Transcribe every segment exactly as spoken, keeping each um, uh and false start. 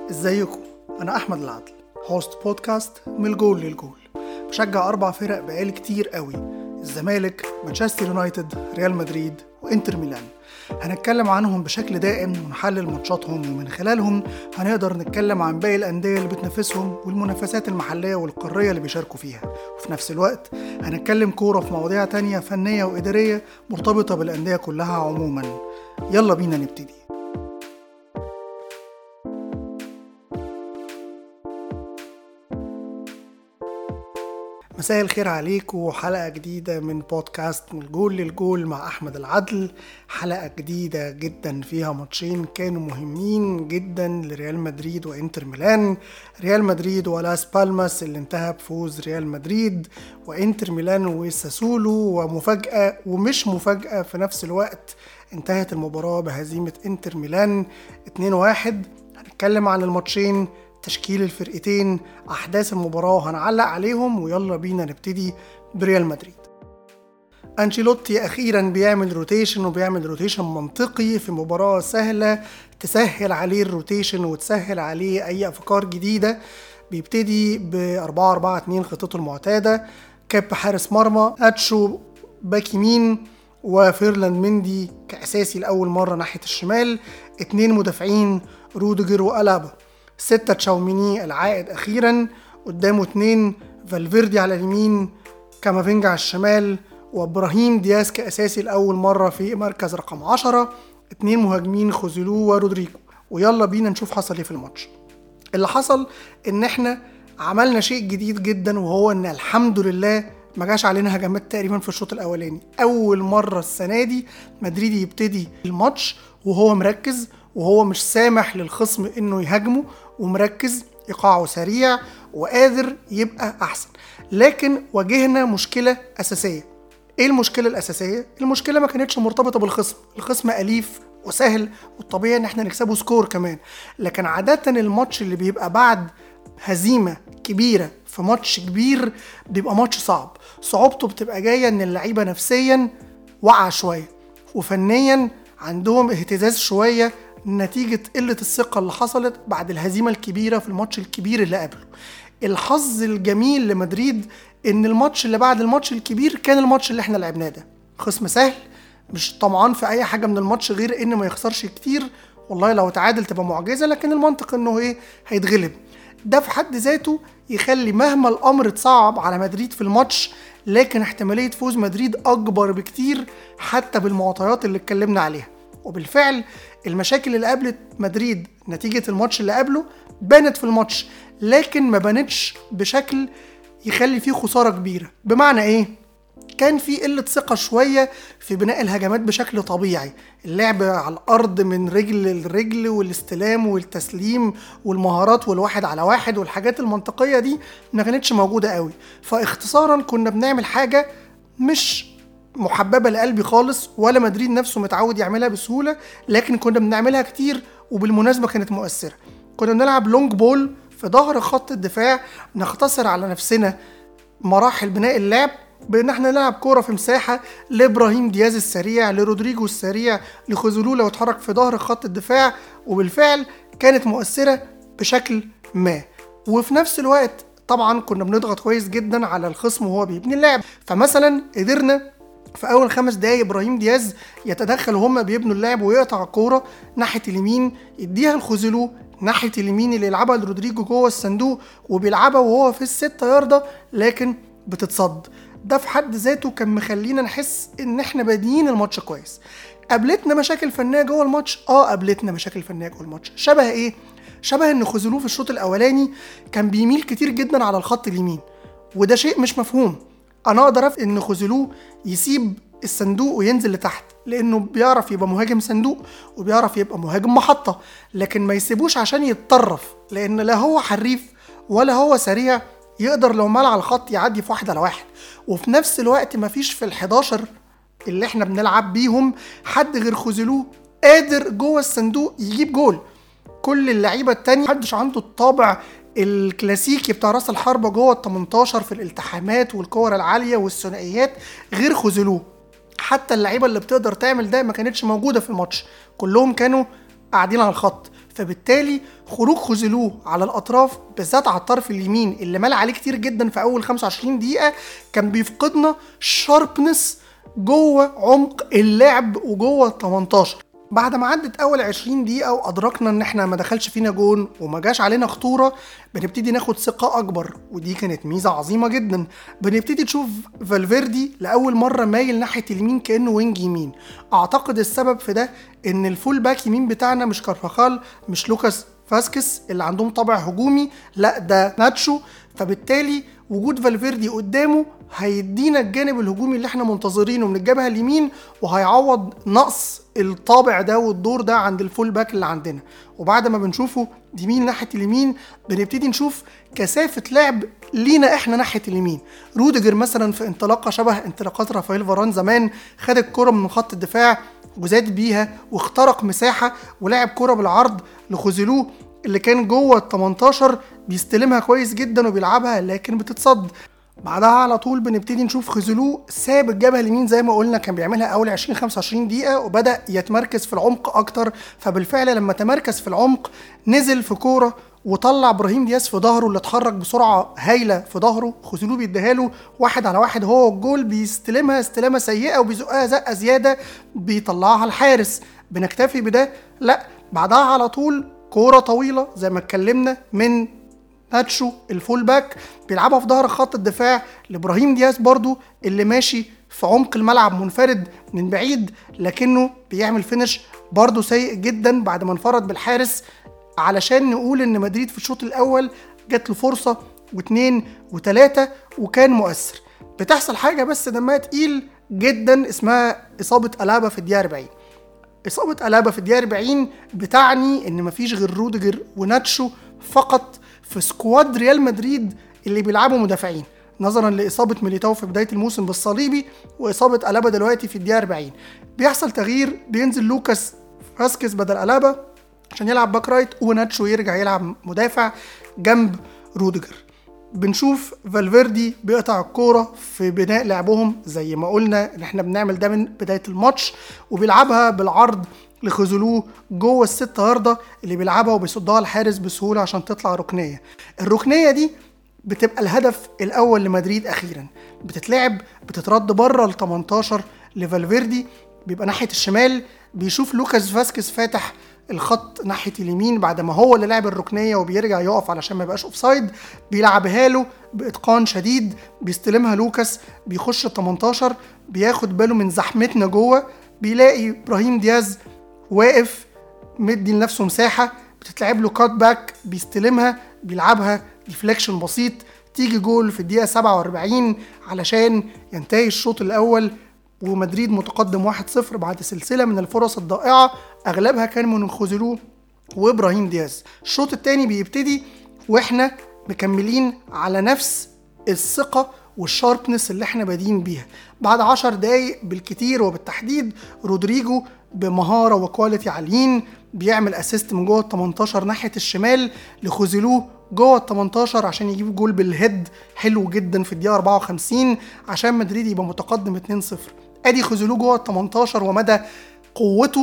ازيكم؟ انا احمد العدل، هوست بودكاست من الجول للجول. بشجع اربع فرق بقالي كتير قوي: الزمالك، مانشستر يونايتد، ريال مدريد وانتر ميلان. هنتكلم عنهم بشكل دائم ونحلل ماتشاتهم، ومن خلالهم هنقدر نتكلم عن باقي الانديه اللي بتنافسهم والمنافسات المحليه والقاريه اللي بيشاركوا فيها. وفي نفس الوقت هنتكلم كوره في مواضيع تانية فنيه واداريه مرتبطه بالانديه كلها عموما. يلا بينا نبتدي. مساء الخير عليكم، وحلقة جديدة من بودكاست من الجول للجول مع أحمد العدل. حلقة جديدة جدا فيها ماتشين كانوا مهمين جدا لريال مدريد وإنتر ميلان. ريال مدريد ولاس بالماس اللي انتهى بفوز ريال مدريد، وإنتر ميلان وساسولو، ومفاجأة ومش مفاجأة في نفس الوقت انتهت المباراة بهزيمة إنتر ميلان اتنين واحد. هنتكلم عن الماتشين، تشكيل الفرقتين، أحداث المباراة، وهنعلق عليهم. ويلا بينا نبتدي بريال مدريد. أنشيلوتي أخيرا بيعمل روتيشن، وبيعمل روتيشن منطقي في مباراة سهلة تسهل عليه الروتيشن وتسهل عليه أي أفكار جديدة. بيبتدي ب أربعة أربعة اتنين خطته المعتادة: كاب حارس مرمى، أتشو باك يمين، وفيرلاند مندي كأساسي لأول مرة ناحية الشمال، اتنين مدافعين روديجر وألابا، ستة تشاوميني العائد أخيرا، قدامه اتنين فالفيردي على اليمين، كامافينجا على الشمال، وابراهيم دياز كأساسي لأول مرة في مركز رقم عشرة، اتنين مهاجمين خوزيلو ورودريجو. ويلا بينا نشوف حصل ايه في الماتش. اللي حصل ان احنا عملنا شيء جديد جدا، وهو ان الحمد لله ما جاش علينا هجمات تقريبا في الشوط الاولاني. اول مرة السنة دي مدريد يبتدي الماتش وهو مركز، وهو مش سامح للخصم انه يهاجمه، ومركز، ايقاعه سريع وقادر يبقى احسن. لكن واجهنا مشكلة اساسية. ايه المشكلة الاساسية؟ المشكلة ما كانتش مرتبطة بالخصم. الخصم اليف وسهل، والطبيعي ان احنا نكسبه سكور كمان. لكن عادة الماتش اللي بيبقى بعد هزيمة كبيرة في ماتش كبير بيبقى ماتش صعب. صعوبته بتبقى جاية ان اللعيبة نفسيا وقع شوية، وفنيا عندهم اهتزاز شوية نتيجة قلة الثقة اللي حصلت بعد الهزيمة الكبيرة في الماتش الكبير اللي قبله. الحظ الجميل لمدريد ان الماتش اللي بعد الماتش الكبير كان الماتش اللي احنا لعبناه ده. خصم سهل، مش طمعان في اي حاجة من الماتش غير ان ما يخسرش كتير. والله لو تعادل تبقى معجزة، لكن المنطق انه ايه، هيتغلب. ده في حد ذاته يخلي مهما الامر اتصعب على مدريد في الماتش، لكن احتمالية فوز مدريد اكبر بكتير حتى بالمعطيات اللي اتكلمنا عليها. وبالفعل المشاكل اللي قابلت مدريد نتيجة الماتش اللي قبله بانت في الماتش، لكن ما بانتش بشكل يخلي فيه خسارة كبيرة. بمعنى ايه؟ كان في قلة ثقة شوية في بناء الهجمات بشكل طبيعي. اللعب على الأرض من رجل لرجل، والاستلام والتسليم والمهارات والواحد على واحد والحاجات المنطقية دي ما كانتش موجودة قوي. فاختصارا كنا بنعمل حاجة مش محببة لقلبي خالص، ولا مدريد نفسه متعود يعملها بسهولة، لكن كنا بنعملها كتير، وبالمناسبة كانت مؤثرة. كنا بنلعب لونج بول في ظهر خط الدفاع، نختصر على نفسنا مراحل بناء اللعب بان احنا نلعب كورة في مساحة لابراهيم دياز السريع، لرودريجو السريع، لخوزيلو لو اتحرك في ظهر خط الدفاع. وبالفعل كانت مؤثرة بشكل ما. وفي نفس الوقت طبعا كنا بنضغط كويس جدا على الخصم وهو بيبني اللعب. فمثلا قدرنا في اول خمس دقايق ابراهيم دياز يتدخل وهم بيبنوا اللعب، ويقطع الكوره ناحيه اليمين، يديها لخوزيلو ناحيه اليمين اللي يلعبها لرودريجو جوه الصندوق، وبيلعبها وهو في الستة ياردة لكن بتتصد. ده في حد ذاته كان مخلينا نحس ان احنا بادئين الماتش كويس. قابلتنا مشاكل فنيه جوه الماتش، اه قابلتنا مشاكل فنيه جوه الماتش. شبه ايه؟ شبه ان خوزيلو في الشوط الاولاني كان بيميل كتير جدا على الخط اليمين، وده شيء مش مفهوم. انا اقدر افهم ان خوزيلو يسيب الصندوق وينزل لتحت لانه بيعرف يبقى مهاجم صندوق وبيعرف يبقى مهاجم محطة، لكن ما يسيبوش عشان يتطرف، لان لا هو حريف ولا هو سريع يقدر لو مال على الخط يعدي في واحد على واحد. وفي نفس الوقت ما فيش في الحداشر اللي احنا بنلعب بيهم حد غير خوزيلو قادر جوه الصندوق يجيب جول. كل اللعيبة التانية محدش عنده الطابع الكلاسيكي بتاع راس الحربة جوه التمنتاشر في الالتحامات والكور العالية والثنائيات غير خوزيلو. حتى اللعيبة اللي بتقدر تعمل ده ما كانتش موجودة في الماتش، كلهم كانوا قاعدين على الخط. فبالتالي خروج خوزيلو على الاطراف بالذات على الطرف اليمين اللي مال عليه كتير جدا في اول خمسة وعشرين دقيقه كان بيفقدنا شاربنس جوه عمق اللعب وجوه ال تمنتاشر. بعد ما عدت اول عشرين دقيقه وادركنا ان احنا ما دخلش فينا جون وما جاش علينا خطوره، بنبتدي ناخد ثقه اكبر، ودي كانت ميزه عظيمه جدا. بنبتدي تشوف فالفيردي لاول مره مايل ناحيه اليمين كانه وينج يمين. اعتقد السبب في ده ان الفول باك يمين بتاعنا مش كارفاخال، مش لوكاس فاسكس اللي عندهم طابع هجومي، لا ده ناتشو. فبالتالي وجود فالفيردي قدامه هيدينا الجانب الهجومي اللي احنا منتظرينه من الجبهه اليمين، وهيعوض نقص الطابع ده والدور ده عند الفول باك اللي عندنا. وبعد ما بنشوفه يمين ناحيه اليمين بنبتدي نشوف كثافه لعب لينا احنا ناحيه اليمين. روديجر مثلا في انطلاقه شبه انطلاقات رافائيل فاران زمان، خد الكره من خط الدفاع وزاد بيها واخترق مساحه ولعب كره بالعرض لخوزيلو اللي كان جوه ال تمنتاشر، بيستلمها كويس جدا وبيلعبها لكن بتتصد. بعدها على طول بنبتدي نشوف خوزيلو ساب الجبهه اليمين زي ما قلنا كان بيعملها اول عشرين خمسة وعشرين دقيقه وبدا يتمركز في العمق اكتر. فبالفعل لما تمركز في العمق نزل في كوره وطلع ابراهيم دياز في ظهره اللي اتحرك بسرعه هايله في ظهره، خوزيلو بيديها له واحد على واحد هو الجول، بيستلمها استلامه سيئه وبيزقها زقه زياده بيطلعها الحارس. بنكتفي بده؟ لا، بعدها على طول كوره طويله زي ما اتكلمنا من ناتشو الفول باك بيلعبها في ظهر خط الدفاع لابراهيم دياز برضو اللي ماشي في عمق الملعب منفرد من بعيد، لكنه بيعمل فينش برضو سيء جدا بعد ما انفرد بالحارس. علشان نقول ان مدريد في الشوط الاول جات له فرصه واثنين وثلاثه وكان مؤثر. بتحصل حاجه بس دمها تقيل جدا اسمها اصابه ألابا في الدقيقه أربعين. اصابه ألابا في الدقيقه أربعين بتعني ان مفيش غير روديجر وناتشو فقط في سكواد ريال مدريد اللي بيلعبوا مدافعين، نظرا لاصابه ميليتاو في بدايه الموسم بالصليبي واصابه ألابا دلوقتي في الدقيقه أربعين. بيحصل تغيير، بينزل لوكاس فاسكيز بدل ألابا عشان يلعب باك رايت وناتشو يرجع يلعب مدافع جنب روديجر. بنشوف فالفيردي بيقطع الكوره في بناء لعبهم زي ما قلنا ان احنا بنعمل ده من بدايه الماتش، وبيلعبها بالعرض لخوزيلو جوه الست ياردة اللي بيلعبها وبيصدها الحارس بسهوله عشان تطلع ركنيه. الركنيه دي بتبقى الهدف الاول لمدريد اخيرا، بتتلعب بتترد بره ال تمنتاشر لفالفيردي، بيبقى ناحيه الشمال، بيشوف لوكاس فاسكيز فاتح الخط ناحيه اليمين بعد ما هو اللي لعب الركنيه وبيرجع يقف علشان ما يبقاش اوفسايد، بيلعبها له باتقان شديد، بيستلمها لوكاس بيخش ال تمنتاشر، بياخد باله من زحمتنا جوه، بيلاقي ابراهيم دياز واقف مدي لنفسه مساحه، بتتلعب له كات باك بيستلمها بيلعبها ديفليكشن بسيط، تيجي جول في الدقيقه سبعة وأربعين علشان ينتهي الشوط الاول ومدريد متقدم واحد صفر بعد سلسله من الفرص الضائعه اغلبها كان من خوزيلو وابراهيم دياز. الشوط الثاني بيبتدي واحنا مكملين على نفس الثقه والشاربنس اللي احنا بادين بيها. بعد عشر دقايق بالكتير وبالتحديد رودريجو بمهاره وكواليتي عاليين بيعمل اسيست من جوه ال تمنتاشر ناحيه الشمال لخوزيلو جوه ال تمنتاشر عشان يجيب جول بالهيد حلو جدا في الدقيقه أربعة وخمسين عشان مدريد يبقى متقدم اتنين صفر. ادي خوزيلو جوه ال تمنتاشر ومدى قوته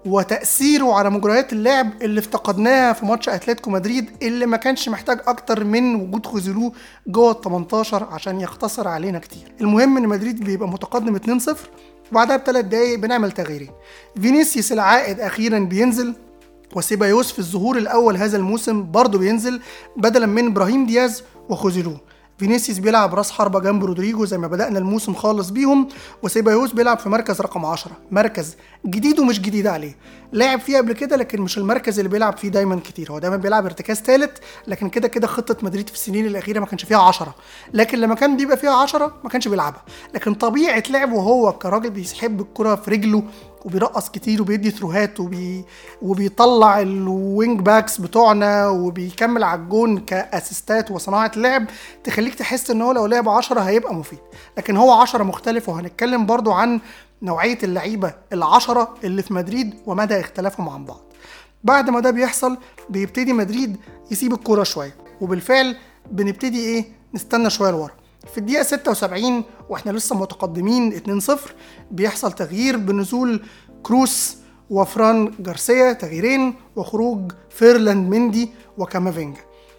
وتأثيره على مجريات اللعب اللي افتقدناها في ماتش اتلتيكو مدريد اللي ما كانش محتاج اكتر من وجود خوزيلو جوه ال تمنتاشر عشان يختصر علينا كتير. المهم ان مدريد بيبقى متقدم اتنين صفر وبعدها بثلاث دقايق بنعمل تغييرين. فينيسيوس العائد اخيرا بينزل، وسيبايوس في الظهور الاول هذا الموسم برضه بينزل بدلا من ابراهيم دياز وخوزيلو. فينيسيوس بيلعب راس حربة جنب رودريجو زي ما بدأنا الموسم خالص بيهم، وسيبايوس بيلعب في مركز رقم عشرة، مركز جديد ومش جديد عليه، لعب فيه قبل كده لكن مش المركز اللي بيلعب فيه دايما كتير، هو دايما بيلعب ارتكاز ثالث، لكن كده كده خطة مدريد في السنين الأخيرة ما كانش فيها عشرة، لكن لما كان بيبقى فيها عشرة ما كانش بيلعبها، لكن طبيعة لعبه هو كراجل بيحب الكرة في رجله وبيرقص كتير وبيدي ثروهات وبي... وبيطلع الوينج باكس بتوعنا وبيكمل على الجون كاسيستات وصناعه لعب تخليك تحس ان هو لو لعب عشرة هيبقى مفيد، لكن هو عشرة مختلف، وهنتكلم برضو عن نوعيه اللعيبه العشرة اللي في مدريد ومدى اختلافهم عن بعض. بعد ما ده بيحصل بيبتدي مدريد يسيب الكرة شويه، وبالفعل بنبتدي ايه نستنى شويه لورا. في الدقيقة ستة وسبعين واحنا لسه متقدمين اتنين صفر بيحصل تغيير بنزول كروس وفران جارسيا تغييرين، وخروج فيرلاند مندي وكامافينجا.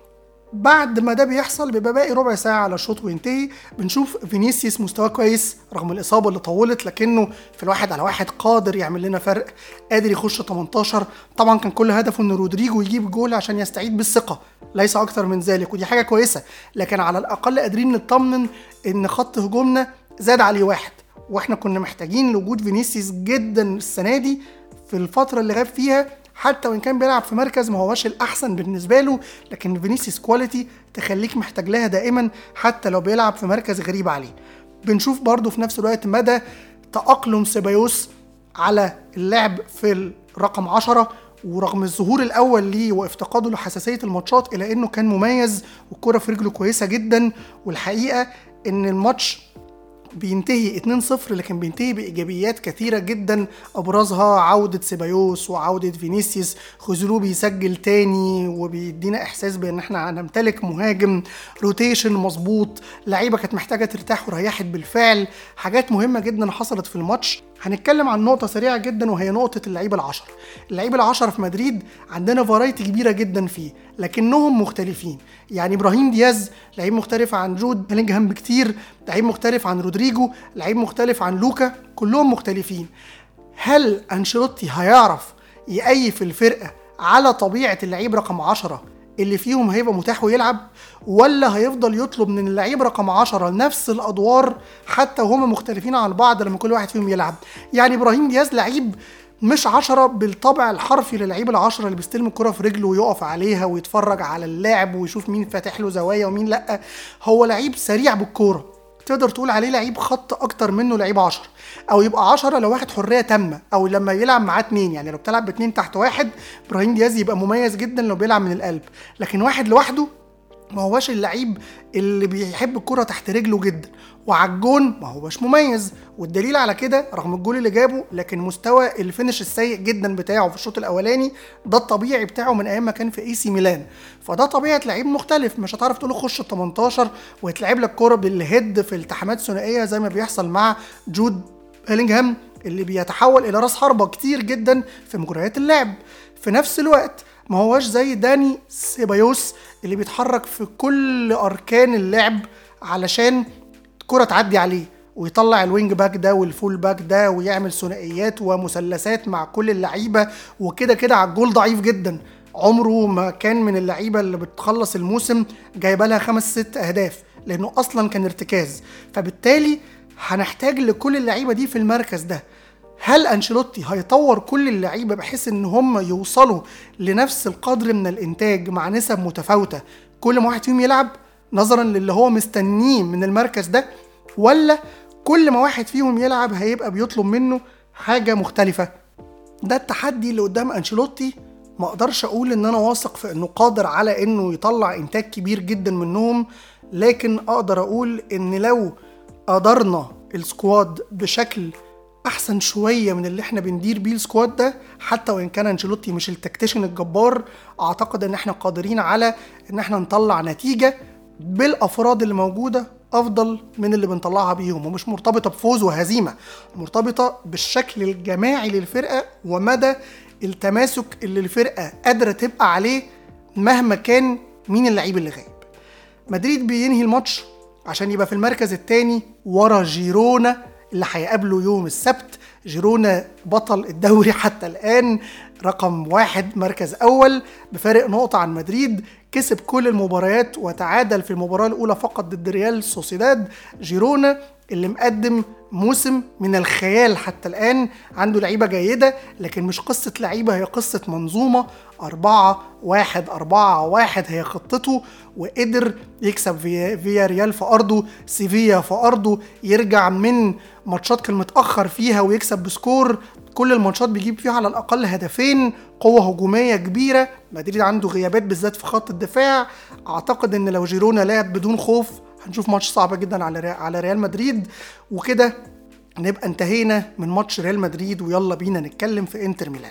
بعد ما ده بيحصل بيبقى باقي ربع ساعة على الشوط وينتهي، بنشوف فينيسيوس مستواه كويس رغم الإصابة اللي طولت، لكنه في الواحد على واحد قادر يعمل لنا فرق، قادر يخش تمنتاشر. طبعا كان كل هدفه ان رودريجو يجيب جول عشان يستعيد بالثقة، ليس أكتر من ذلك، ودي حاجة كويسة، لكن على الأقل قادرين نطمن ان خط هجومنا زاد عليه واحد، واحنا كنا محتاجين لوجود فينيسيوس جدا السنة دي في الفترة اللي غاب فيها، حتى وإن كان بيلعب في مركز ما هواش الأحسن بالنسبة له، لكن فينيسيوس كواليتي تخليك محتاج لها دائما حتى لو بيلعب في مركز غريب عليه. بنشوف برضو في نفس الوقت مدى تأقلم سيبايوس على اللعب في الرقم عشرة، ورغم الظهور الأول ليه وافتقاده لحساسية الماتشات إلا إنه كان مميز والكرة في رجله كويسة جدا. والحقيقة إن الماتش بينتهي اتنين صفر، لكن بينتهي بإيجابيات كثيرة جدا، أبرزها عودة سيبايوس وعودة فينيسيوس، خزلو بيسجل تاني وبيدينا إحساس بأن احنا هنمتلك مهاجم، روتيشن مظبوط، لعيبة كانت محتاجة ترتاح وريحت بالفعل، حاجات مهمة جدا حصلت في الماتش. هنتكلم عن نقطة سريعة جدا وهي نقطة اللعيبة العشر. اللعيبة العشر في مدريد عندنا فرايتي كبيرة جدا فيه، لكنهم مختلفين. يعني إبراهيم دياز لعيب مختلف عن جود بيلينغهام بكتير، لعيب مختلف عن رودريجو، لعيب مختلف عن لوكا، كلهم مختلفين. هل أنشيلوتي هيعرف يقيف الفرقة على طبيعة اللعيب رقم عشرة اللي فيهم هيبقى متاح ويلعب، ولا هيفضل يطلب من اللعيب رقم عشرة نفس الأدوار حتى وهم مختلفين عن بعض لما كل واحد فيهم يلعب؟ يعني إبراهيم دياز لعيب مش عشرة بالطبع الحرفي للعيب العشرة اللي بيستلم الكرة في رجله ويقف عليها ويتفرج على اللاعب ويشوف مين فاتح له زوايا ومين لأ. هو لعيب سريع بالكورة، تقدر تقول عليه لعيب خط اكتر منه لعيب عشرة، او يبقى عشرة لو واخد حريه تامه، او لما يلعب معاه اتنين، يعني لو بتلعب باتنين تحت واحد ابراهيم دياز يبقى مميز جدا لو بيلعب من القلب، لكن واحد لوحده ما هواش اللعيب اللي بيحب الكرة تحت رجله جدا، وعلى الجون ما هواش مميز. والدليل على كده رغم الجول اللي جابه، لكن مستوى الفينش السيء جدا بتاعه في الشوط الاولاني ده الطبيعي بتاعه من ايام ما كان في اي سي ميلان، فده طبيعه لعيب مختلف. مش هتعرف تقول له خش ال تمنتاشر ويتلعب لك كرة بالهيد في التحامات ثنائيه زي ما بيحصل مع جود بيلينغهام اللي بيتحول الى راس حربة كتير جدا في مجريات اللعب. في نفس الوقت ما هواش زي داني سيبايوس اللي بيتحرك في كل اركان اللعب علشان الكرة تعدي عليه ويطلع الوينج باك ده والفول باك ده ويعمل ثنائيات ومثلثات مع كل اللعيبه، وكده كده على الجول ضعيف جدا، عمره ما كان من اللعيبه اللي بتخلص الموسم جايبه لها خمس ست اهداف لانه اصلا كان ارتكاز. فبالتالي هنحتاج لكل اللعيبه دي في المركز ده. هل أنشيلوتي هيطور كل اللعيبه بحيث ان هم يوصلوا لنفس القدر من الانتاج مع نسب متفاوته كل ما واحد فيهم يلعب نظرا للي هو مستنيه من المركز ده، ولا كل ما واحد فيهم يلعب هيبقى بيطلب منه حاجه مختلفه؟ ده التحدي اللي قدام أنشيلوتي. ما اقدرش اقول ان انا واثق في انه قادر على انه يطلع انتاج كبير جدا منهم، لكن اقدر اقول ان لو قدرنا السكواد بشكل احسن شويه من اللي احنا بندير بيه السكواد ده، حتى وان كان أنشيلوتي مش التكتيشن الجبار، اعتقد ان احنا قادرين على ان احنا نطلع نتيجه بالافراد اللي موجوده افضل من اللي بنطلعها بيهم، ومش مرتبطه بفوز وهزيمه، مرتبطه بالشكل الجماعي للفرقه ومدى التماسك اللي الفرقه قادره تبقى عليه مهما كان مين اللعيب اللي غايب. مدريد بينهي الماتش عشان يبقى في المركز الثاني ورا جيرونا اللي هيقابله يوم السبت. جيرونا بطل الدوري حتى الآن، رقم واحد مركز أول بفارق نقطة عن مدريد، كسب كل المباريات وتعادل في المباراة الأولى فقط ضد ريال سوسيداد. جيرونا اللي مقدم موسم من الخيال حتى الآن، عنده لعيبة جيدة لكن مش قصة لعيبة، هي قصة منظومة. أربعة واحد أربعة واحد هي خطته، وقدر يكسب فيا, فيا ريال في أرضه، سيفيا في أرضه، يرجع من ماتشات كان متأخر فيها ويكسب بسكور، كل الماتشات بيجيب فيها على الأقل هدفين، قوة هجومية كبيرة. مدريد عنده غيابات بالذات في خط الدفاع، أعتقد إن لو جيرونا لعب بدون خوف هنشوف ماتش صعب جدا على على ريال مدريد. وكده نبقى انتهينا من ماتش ريال مدريد، ويلا بينا نتكلم في انتر ميلان.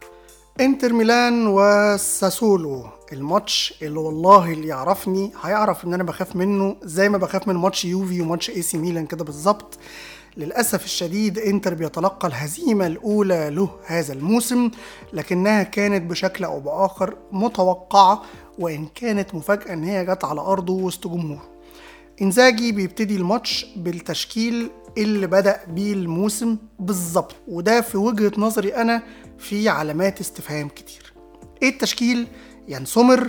انتر ميلان وساسولو، الماتش اللي والله اللي يعرفني هيعرف ان انا بخاف منه زي ما بخاف من ماتش يوفي وماتش اي سي ميلان كده بالظبط، للأسف الشديد انتر بيتلقى الهزيمة الأولى له هذا الموسم، لكنها كانت بشكل أو بآخر متوقعة، وإن كانت مفاجأة إن هي جت على أرضه وسط جمهوره. إنزاجي بيبتدي الماتش بالتشكيل اللي بدأ بيه الموسم بالظبط، وده في وجهة نظري أنا في علامات استفهام كتير. إيه التشكيل؟ يعني سومر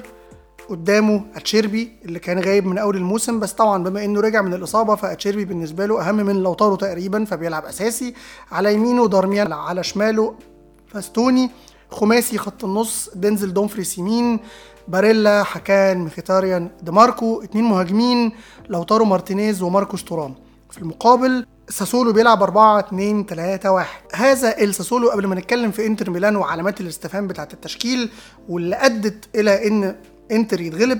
قدامه اتشيربي اللي كان غايب من اول الموسم، بس طبعا بما انه رجع من الاصابه فاتشيربي بالنسبه له اهم من لوتارو تقريبا، فبيلعب اساسي. على يمينه دارميان، على شماله باستوني. خماسي خط النص دينزل دومفريس يمين، باريلا، حكان، ميخيتاريان، دي ماركو. اتنين مهاجمين لوتارو مارتينيز وماركوس تورام. في المقابل ساسولو بيلعب أربعة اتنين تلاتة واحد. هذا الساسولو قبل ما نتكلم في انتر ميلان وعلامات الاستفهام بتاعت التشكيل واللي ادت الى ان انتر يتغلب،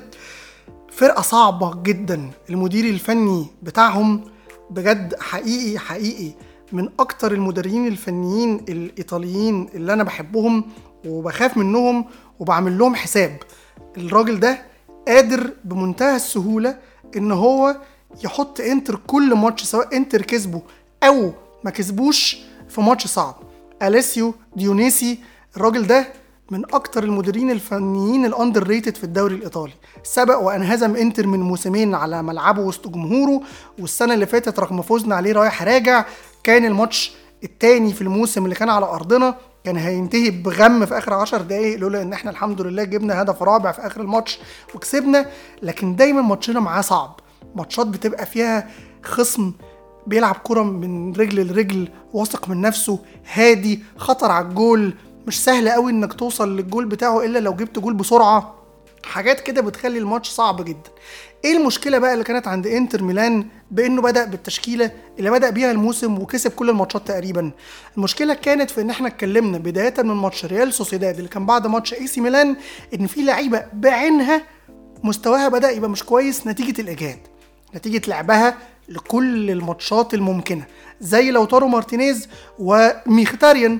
فرقة صعبة جدا. المدير الفني بتاعهم بجد حقيقي حقيقي من اكتر المدربين الفنيين الايطاليين اللي انا بحبهم وبخاف منهم وبعمل لهم حساب. الراجل ده قادر بمنتهى السهولة ان هو يحط انتر كل ماتش، سواء انتر كسبه او ما كسبوش، في ماتش صعب. أليسيو ديونيسي الراجل ده من اكتر المديرين الفنيين الاندر ريتد في الدوري الايطالي. سبق وان هزم انتر من موسمين على ملعبه وسط جمهوره، والسنه اللي فاتت رغم فوزنا عليه رايح راجع كان الماتش التاني في الموسم اللي كان على ارضنا كان هينتهي بغم في اخر عشر دقايق، لولا ان احنا الحمد لله جبنا هدف رابع في اخر الماتش وكسبنا. لكن دايما ماتشنا معاه صعب، ماتشات بتبقى فيها خصم بيلعب كرة من رجل لرجل، واثق من نفسه، هادي، خطر على الجول، مش سهل قوي انك توصل للجول بتاعه الا لو جبت جول بسرعة. حاجات كده بتخلي الماتش صعب جدا. ايه المشكلة بقى اللي كانت عند انتر ميلان بانه بدأ بالتشكيلة اللي بدأ بيها الموسم وكسب كل الماتشات تقريبا؟ المشكلة كانت في ان احنا اتكلمنا بداية من ماتش ريال سوسيداد اللي كان بعد ماتش اي سي ميلان ان في لعيبة بعينها مستواها بدأ يبقى مش كويس نتيجة الاجهاد، نتيجة لعبها لكل الماتشات الممكنة، زي لوتارو مارتينيز وميخيتاريان.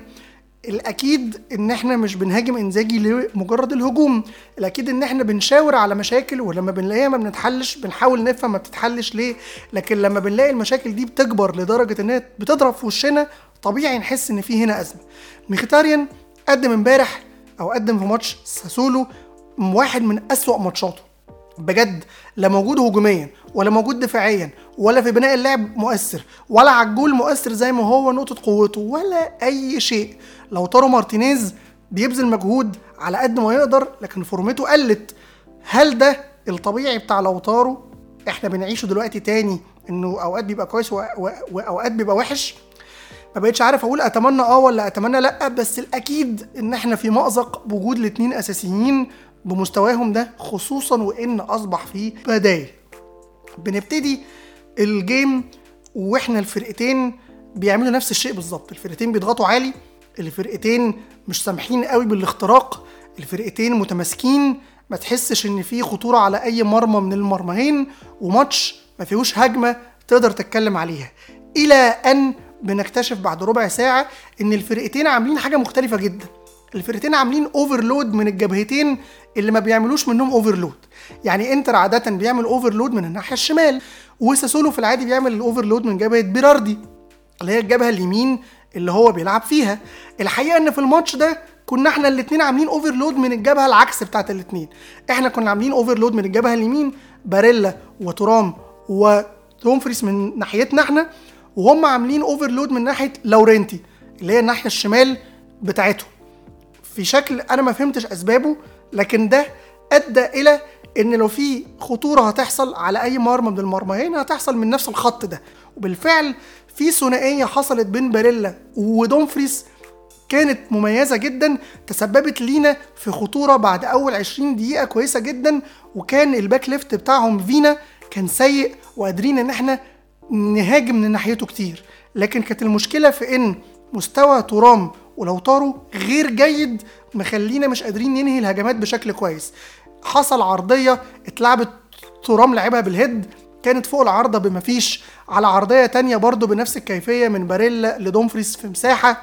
الاكيد ان احنا مش بنهاجم انزاجي لمجرد الهجوم، الاكيد ان احنا بنشاور على مشاكل، ولما بنلاقيها ما بنتحلش بنحاول نفهم ما بتتحلش ليه. لكن لما بنلاقي المشاكل دي بتكبر لدرجة انها بتضرب في وشنا، طبيعي نحس ان في هنا ازمة. ميخيتاريان قدم امبارح او قدم في ماتش ساسولو واحد من اسوأ ماتشاته بجد، لا موجود هجوميا ولا موجود دفاعيا ولا في بناء اللعب مؤثر ولا على الجول مؤثر زي ما هو نقطة قوته ولا اي شيء. لوتارو مارتينيز بيبذل مجهود على قد ما يقدر لكن فورمته قلت. هل ده الطبيعي بتاع لوتارو؟ احنا بنعيشه دلوقتي تاني انه اوقات بيبقى كويس واوقات بيبقى وحش. ما بقيتش عارف اقول اتمنى اه ولا اتمنى لا، بس الاكيد ان احنا في مأزق بوجود الاتنين اساسيين بمستواهم ده، خصوصا وان اصبح فيه بدايل. بنبتدي الجيم واحنا الفرقتين بيعملوا نفس الشيء بالظبط، الفرقتين بيضغطوا عالي، الفرقتين مش سامحين قوي بالاختراق، الفرقتين متماسكين، ما تحسش ان في خطورة على اي مرمى من المرميين، وماتش ما فيهوش هجمة تقدر تتكلم عليها. الى ان بنكتشف بعد ربع ساعة ان الفرقتين عاملين حاجة مختلفة جدا. الفرقتين عاملين اوفرلود من الجبهتين اللي ما بيعملوش منهم اوفرلود. يعني انتر عادة بيعمل اوفرلود من الناحية الشمال، وساسولو في العادي بيعمل الاوفرلود من جبهة بيراردي اللي هي الجبهة اليمين اللي هو بيلعب فيها. الحقيقة ان في الماتش ده كنا احنا الاتنين عاملين اوفرلود من الجبهة العكس بتاعت الاتنين. احنا كنا عاملين اوفرلود من الجبهة اليمين، باريلا وتورام ودومفريس من ناحيتنا احنا، وهم عاملين اوفرلود من ناحية لورينتي اللي هي الناحية الشمال بتاعتهم، في شكل انا ما فهمتش اسبابه. لكن ده ادى الى ان لو في خطوره هتحصل على اي مرمى من المرميين هتحصل من نفس الخط ده. وبالفعل في ثنائيه حصلت بين باريلا ودومفريس كانت مميزه جدا، تسببت لينا في خطوره بعد اول عشرين دقيقه كويسه جدا. وكان الباك ليفت بتاعهم فينا كان سيء وقادرين ان احنا نهاجم من ناحيته كتير، لكن كانت المشكله في ان مستوى تورام ولوتارو غير جيد، مخلينا مش قادرين ننهي الهجمات بشكل كويس. حصل عرضية اتلعبت تورام لعبها بالهيد كانت فوق العارضة بمفيش، على عرضية تانية برضو بنفس الكيفية من باريلا لدومفريس في مساحة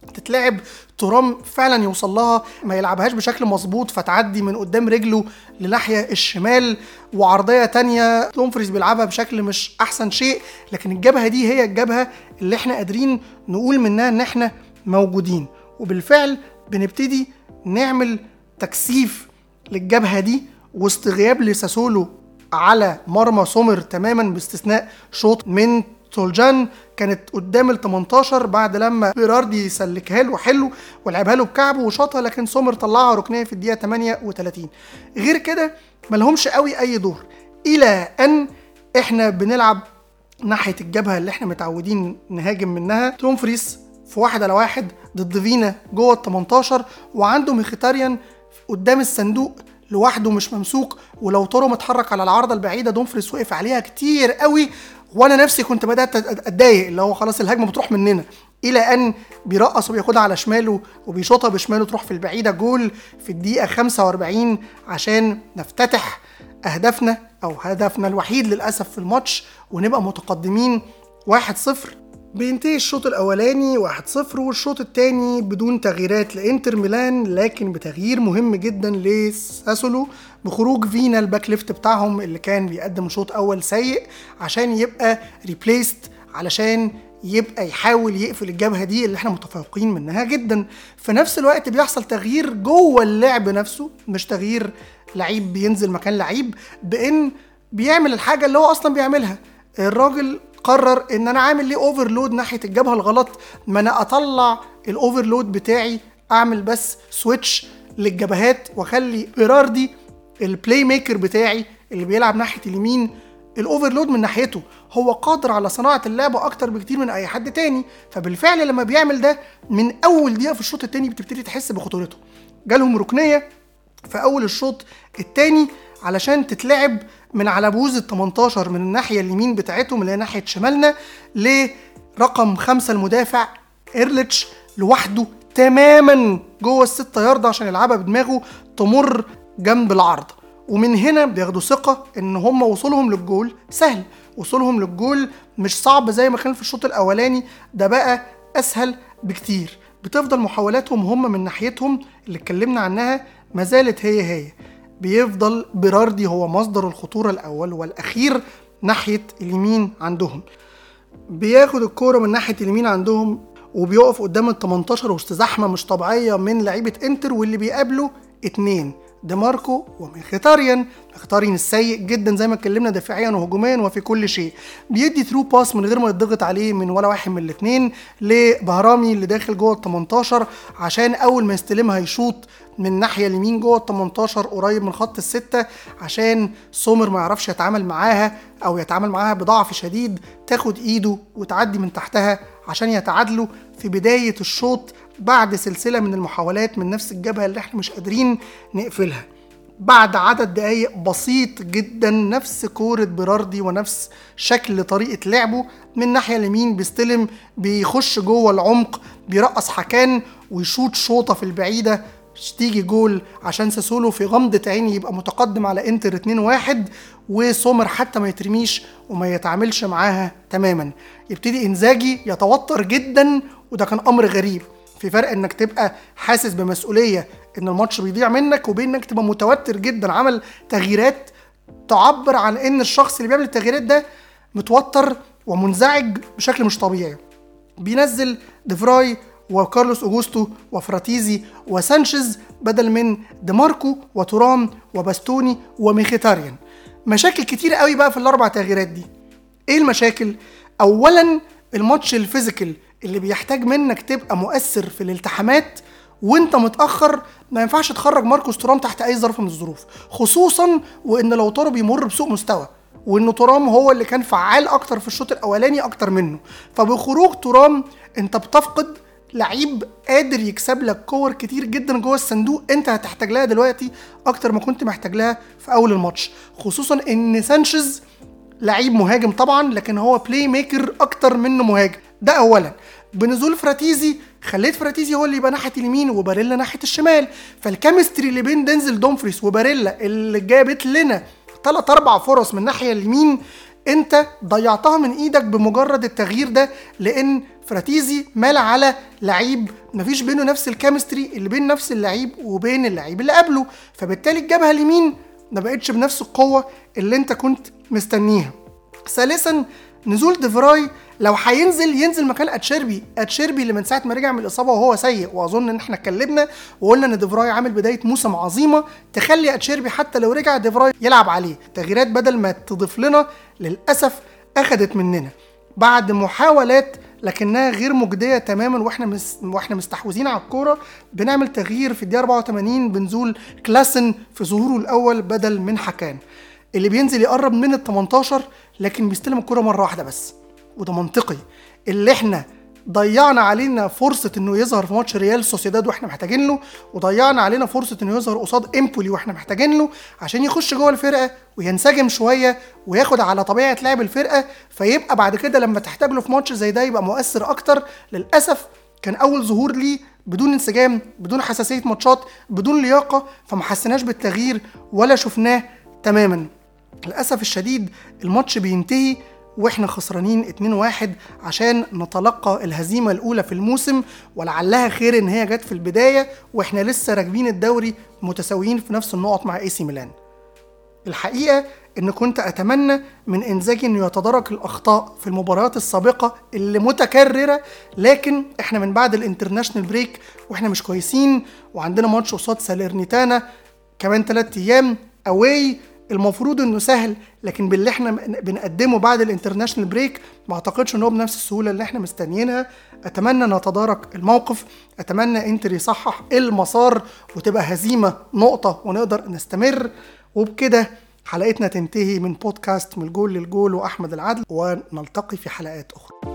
تتلعب ترام فعلا يوصل لها، ما يلعبهاش بشكل مظبوط فتعدي من قدام رجله لناحية الشمال، وعرضية تانية دومفريز بيلعبها بشكل مش احسن شيء. لكن الجبهة دي هي الجبهة اللي احنا قادرين نقول منها ان احنا موجودين، وبالفعل بنبتدي نعمل تكثيف للجبهة دي واستغياب لساسولو على مرمى سومر تماما، باستثناء شوط من تولجان كانت قدام ال تمنتاشر بعد لما بيراردي سلكها له حلو ولعبها له بكعبه وشاطها، لكن سومر طلعها ركنيه في الدقيقه تمانية وتلاتين. غير كده ملهمش قوي اي دور، الى ان احنا بنلعب ناحيه الجبهه اللي احنا متعودين نهاجم منها. دومفريس في واحد على واحد ضد فينا جوه ال تمنتاشر، وعنده ميخيتاريان قدام الصندوق لوحده مش ممسوك، ولو تورو متحرك على العارضه البعيده دومفريس وقف عليها كتير قوي، وانا نفسي كنت بدات اتضايق اللي هو خلاص الهجمه بتروح مننا، الى ان بيرقص وبياخدها على شماله وبيشوطها بشماله تروح في البعيده جول في الدقيقه خمسة واربعين عشان نفتتح اهدافنا او هدفنا الوحيد للاسف في الماتش ونبقى متقدمين واحد صفر. بينتهي الشوط الاولاني واحد صفر، والشوط الثاني بدون تغييرات لانتر ميلان، لكن بتغيير مهم جدا لساسولو بخروج فينا الباك ليفت بتاعهم اللي كان بيقدم شوط اول سيء عشان يبقى ريبليست، علشان يبقى يحاول يقفل الجبهه دي اللي احنا متفوقين منها جدا. في نفس الوقت بيحصل تغيير جوه اللعب نفسه، مش تغيير لعيب بينزل مكان لعيب، بان بيعمل الحاجه اللي هو اصلا بيعملها. الراجل قرر ان انا عامل ليه اوفرلود ناحيه الجبهه الغلط، ما انا اطلع الاوفرلود بتاعي اعمل بس سويتش للجبهات واخلي بيراردي البلاي ميكر بتاعي اللي بيلعب ناحيه اليمين الاوفرلود من ناحيته. هو قادر على صناعه اللعبه اكتر بكتير من اي حد تاني، فبالفعل لما بيعمل ده من اول دقيقه في الشوط التاني بتبتدي تحس بخطورته. جالهم ركنيه في اول الشوط التاني علشان تتلعب من على بوز ال تمنتاشر من الناحيه اليمين بتاعتهم اللي هي ناحيه شمالنا لرقم خمسة المدافع إيرليتش لوحده تماما جوه الستة يارده عشان يلعبها بدماغه تمر جنب العرض. ومن هنا بياخدوا ثقه ان هم وصولهم للجول سهل، وصولهم للجول مش صعب زي ما كان في الشوط الاولاني، ده بقى اسهل بكتير. بتفضل محاولاتهم هم من ناحيتهم اللي اتكلمنا عنها ما زالت هي هي، بيفضل بيراردي هو مصدر الخطورة الأول والأخير ناحية اليمين عندهم. بياخد الكورة من ناحية اليمين عندهم وبيقف قدام ال تمنتاشر وسط زحمة مش طبيعية من لعيبة انتر، واللي بيقابله اتنين دي ماركو وميخيتاريان. ميخيتاريان السيء جدا زي ما اتكلمنا دفاعيا وهجوميا وفي كل شيء، بيدي ثرو باس من غير ما يضغط عليه من ولا واحد من الاثنين لبهرامي اللي داخل جوه ال تمنتاشر عشان اول ما يستلمها يشوط من الناحيه اليمين جوه ال تمنتاشر قريب من خط الستة، عشان سومر ما يعرفش يتعامل معاها او يتعامل معاها بضعف شديد، تاخد ايده وتعدي من تحتها عشان يتعادلوا في بدايه الشوط بعد سلسله من المحاولات من نفس الجبهه اللي احنا مش قادرين نقفلها. بعد عدد دقايق بسيط جدا نفس كورة بيراردي ونفس شكل طريقة لعبه من الناحية اليمين، بيستلم بيخش جوه العمق بيرقص حكان ويشوط شوطة في البعيدة تيجي جول عشان ساسولو في غمضة عين يبقى متقدم على انتر اتنين واحد، وسومر حتى ما يترميش وما يتعاملش معاها تماما. يبتدي انزاجي يتوتر جدا، وده كان امر غريب. في فرق انك تبقى حاسس بمسؤولية ان الماتش بيضيع منك وبين انك تبقى متوتر جدا. عمل تغييرات تعبر عن ان الشخص اللي بيعمل التغييرات ده متوتر ومنزعج بشكل مش طبيعي. بينزل ديفراي وكارلوس اوغوستو وفراتيزي وسانشيز بدل من دي ماركو وتورام وباستوني وميخيتاريان. مشاكل كتير قوي بقى في الاربع تغييرات دي. ايه المشاكل؟ اولا الماتش الفيزيكال اللي بيحتاج منك تبقى مؤثر في الالتحامات وانت متأخر، ما ينفعش تخرج ماركوس تورام تحت اي ظرف من الظروف، خصوصا وان لو تورو بيمر بسوء مستوى وانه تورام هو اللي كان فعال اكتر في الشوط الاولاني اكتر منه. فبخروج تورام انت بتفقد لعيب قادر يكسب لك كور كتير جدا جوه الصندوق انت هتحتاج لها دلوقتي اكتر ما كنت محتاج لها في اول الماتش، خصوصا ان سانشيز لعيب مهاجم طبعا لكن هو بلاي ميكر اكتر منه مهاجم. ده اولا. بنزول فراتيزي خليت فراتيزي هو اللي يبقى ناحيه اليمين وباريلا ناحيه الشمال، فالكيمستري اللي بين دينزل دومفريس وباريلا اللي جابت لنا ثلاث اربع فرص من الناحيه اليمين انت ضيعتها من ايدك بمجرد التغيير ده، لان فراتيزي مال على لعيب مفيش بينه نفس الكيمستري اللي بين نفس اللعيب وبين اللعيب اللي قبله، فبالتالي الجبهة اليمين ما بقتش بنفس القوة اللي انت كنت مستنيها. ثالثا نزول ديفراي، لو هينزل ينزل مكان اتشيربي اتشيربي اللي من ساعه ما رجع من الاصابه وهو سيء، واظن ان احنا اتكلمنا وقلنا ان ديفراي عامل بدايه موسم عظيمه تخلي اتشيربي حتى لو رجع ديفراي يلعب عليه. تغييرات بدل ما تضيف لنا للاسف اخذت مننا بعد محاولات لكنها غير مجديه تماما، واحنا مس... واحنا مستحوذين على الكوره. بنعمل تغيير في الدقيقه أربعة وثمانين بنزول كلاسن في ظهوره الاول بدل من حكان، اللي بينزل يقرب من ال تمنتاشر لكن بيستلم الكرة مرة واحدة بس، وده منطقي. اللي احنا ضيعنا علينا فرصة انه يظهر في ماتش ريال سوسيداد واحنا محتاجين له، وضيعنا علينا فرصة انه يظهر قصاد امبولي واحنا محتاجين له عشان يخش جوه الفرقة وينسجم شوية وياخد على طبيعة لعب الفرقة، فيبقى بعد كده لما تحتاج له في ماتش زي ده يبقى مؤثر اكتر. للأسف كان اول ظهور ليه بدون انسجام، بدون حساسية ماتشات، بدون لياقة، فما حسناش بالتغيير ولا شفناه تماما. للأسف الشديد الماتش بينتهي واحنا خسرانين اتنين واحد عشان نتلقى الهزيمة الأولى في الموسم، ولعلها خير ان هي جت في البداية واحنا لسه راكبين الدوري متساويين في نفس النقط مع اي سي ميلان. الحقيقة ان كنت اتمنى من انزاجي انه يتدارك الاخطاء في المباريات السابقة اللي متكررة، لكن احنا من بعد الانترناشنال بريك واحنا مش كويسين، وعندنا ماتش قصاد ساليرنيتانا كمان ثلاثة ايام اواي المفروض انه سهل، لكن باللي احنا بنقدمه بعد الانترناشنال بريك ما اعتقدش انه بنفس السهوله اللي احنا مستنيينها. اتمنى نتدارك الموقف، اتمنى انتر يصحح المسار وتبقى هزيمه نقطه ونقدر نستمر. وبكده حلقتنا تنتهي من بودكاست من الجول للجول واحمد العدل، ونلتقي في حلقات اخرى.